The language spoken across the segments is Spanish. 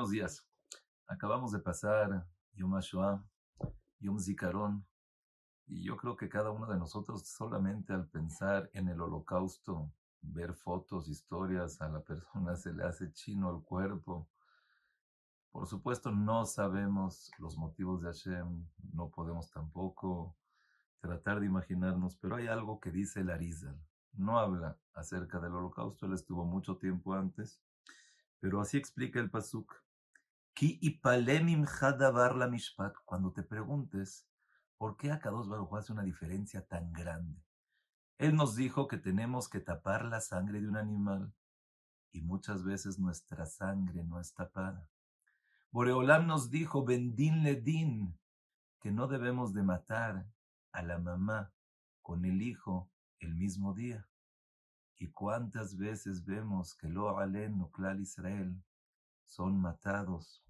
buenos días. Acabamos de pasar Yom HaShoah, Yom Zikaron, y yo creo que cada uno de nosotros solamente al pensar en el holocausto, ver fotos, historias, a la persona se le hace chino el cuerpo. Por supuesto no sabemos los motivos de Hashem, no podemos tampoco tratar de imaginarnos, pero hay algo que dice el Arizal. No habla acerca del holocausto, él estuvo mucho tiempo antes, pero así explica el Pasuk. Ki ipalemim hadavar la mishpat. Cuando te preguntes por qué Akadosh Baruj Hu hace una diferencia tan grande. Él nos dijo que tenemos que tapar la sangre de un animal y muchas veces nuestra sangre no es tapada. Boreolam nos dijo, bendin ledin, que no debemos de matar a la mamá con el hijo el mismo día. ¿Y cuántas veces vemos que lo alenu klal Israel son matados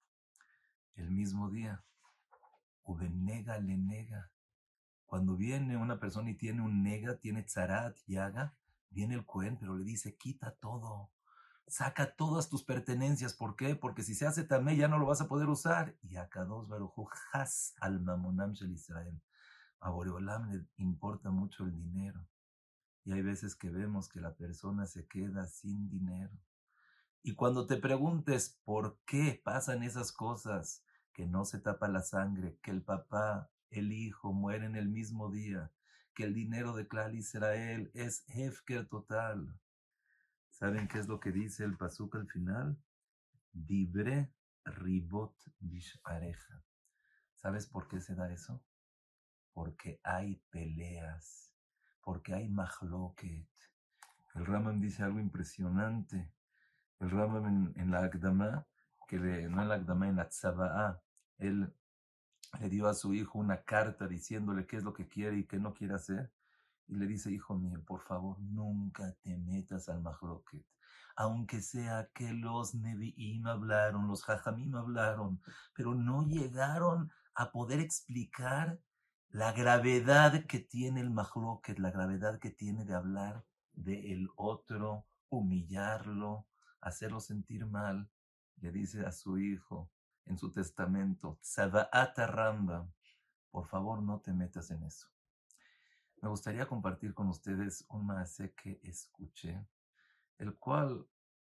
el mismo día? Ubenega le nega. Cuando viene una persona y tiene un nega, tiene tzarat, llaga, viene el Cohen, pero le dice, quita todo, saca todas tus pertenencias. ¿Por qué? Porque si se hace tamé ya no lo vas a poder usar. Y a Kadosh Baruj Hu has al mamonam shel Israel. A Boreolam le importa mucho el dinero. Y hay veces que vemos que la persona se queda sin dinero. Y cuando te preguntes por qué pasan esas cosas, que no se tapa la sangre, que el papá, el hijo mueren el mismo día, que el dinero de Klal Israel es hefker total. ¿Saben qué es lo que dice el pasuk al final? Dibre ribot bishareja. ¿Sabes por qué se da eso? Porque hay peleas, porque hay mahloket. El Rambam dice algo impresionante. El Rambam en la Akdamá, no en la Akdamá, en la Tzava'á, él le dio a su hijo una carta diciéndole qué es lo que quiere y qué no quiere hacer. Y le dice, hijo mío, por favor, nunca te metas al mahloket. Aunque sea que los Nevi'im hablaron, los Jajamim hablaron, pero no llegaron a poder explicar la gravedad que tiene el mahloket, la gravedad que tiene de hablar del otro, humillarlo, hacerlo sentir mal. Le dice a su hijo en su testamento, Tzava'at Rambam, por favor no te metas en eso. Me gustaría compartir con ustedes un maasé que escuché, el cual,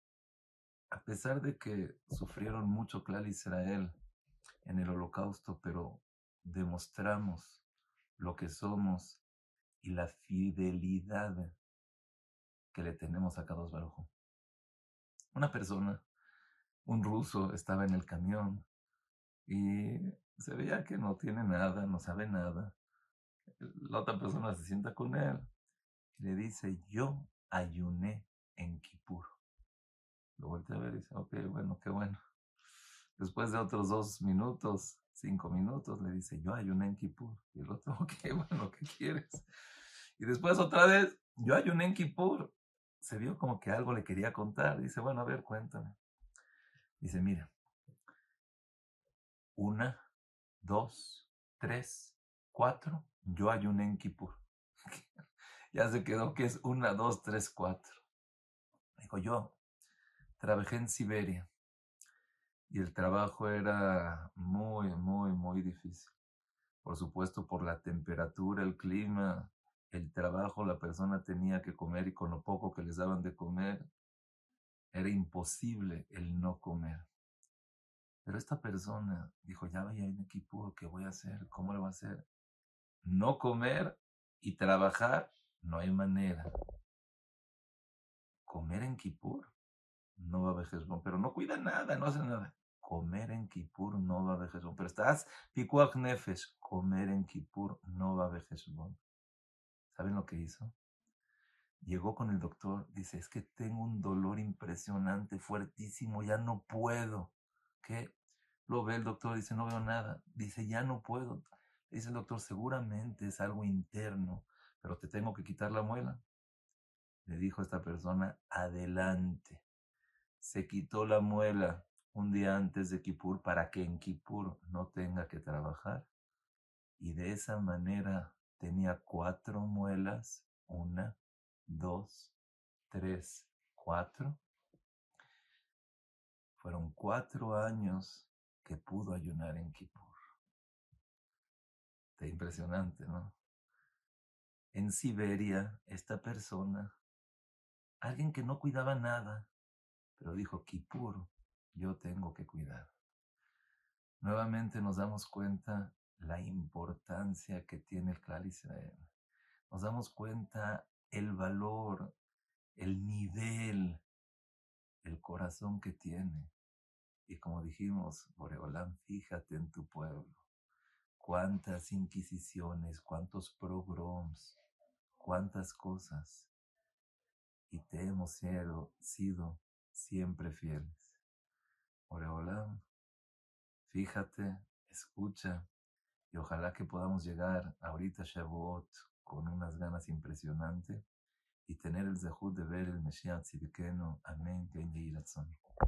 a pesar de que sufrieron mucho Klal Israel en el holocausto, pero demostramos lo que somos y la fidelidad que le tenemos a Kadosh Baruj Hu. Una persona, un ruso, estaba en el camión y se veía que no tiene nada, no sabe nada. La otra persona se sienta con él y le dice, yo ayuné en Kippur. Lo voltea a ver y dice, ok, bueno, qué bueno. Después de otros 2 minutos, 5 minutos, le dice, yo ayuné en Kippur. Y el otro, ok, bueno, ¿qué quieres? Y después otra vez, yo ayuné en Kippur. Se vio como que algo le quería contar. Dice, bueno, a ver, cuéntame. Dice, mira, 1, 2, 3, 4, yo ayuné en Kippur. Ya se quedó que es 1, 2, 3, 4. Dijo, yo trabajé en Siberia y el trabajo era muy, muy, muy difícil. Por supuesto, por la temperatura, el clima, el trabajo, la persona tenía que comer y con lo poco que les daban de comer, era imposible el no comer. Pero esta persona dijo, ya vaya en equipo, ¿qué voy a hacer? ¿Cómo lo voy a hacer? No comer y trabajar, no hay manera. Comer en Kippur no va a haber Heshbon, pero no cuida nada, no hace nada. Comer en Kippur no va a haber Heshbon, pero estás Pikuach Nefesh, comer en Kippur no va a haber Heshbon. ¿Saben lo que hizo? Llegó con el doctor, dice, es que tengo un dolor impresionante, fuertísimo, ya no puedo. ¿Qué? Lo ve el doctor, dice, no veo nada. Dice, ya no puedo. Dice el doctor, seguramente es algo interno, pero te tengo que quitar la muela. Le dijo esta persona, adelante. Se quitó la muela un día antes de Kippur para que en Kippur no tenga que trabajar. Y de esa manera tenía 4 muelas, 1, 2, 3, 4. Fueron 4 años que pudo ayunar en Kippur. Está impresionante, ¿no? En Siberia, esta persona, alguien que no cuidaba nada, pero dijo, Kippur, yo tengo que cuidar. Nuevamente nos damos cuenta la importancia que tiene el Klal Israel. Nos damos cuenta el valor, el nivel, el corazón que tiene. Y como dijimos, Boreolam, fíjate en tu pueblo. Cuántas inquisiciones, cuántos pogroms, cuántas cosas. Y te hemos sido siempre fieles. Boreolam, fíjate, escucha, y ojalá que podamos llegar ahorita a Shavuot con unas ganas impresionantes y tener el zehut de ver el Mesías Tzidkenu. Amén. Que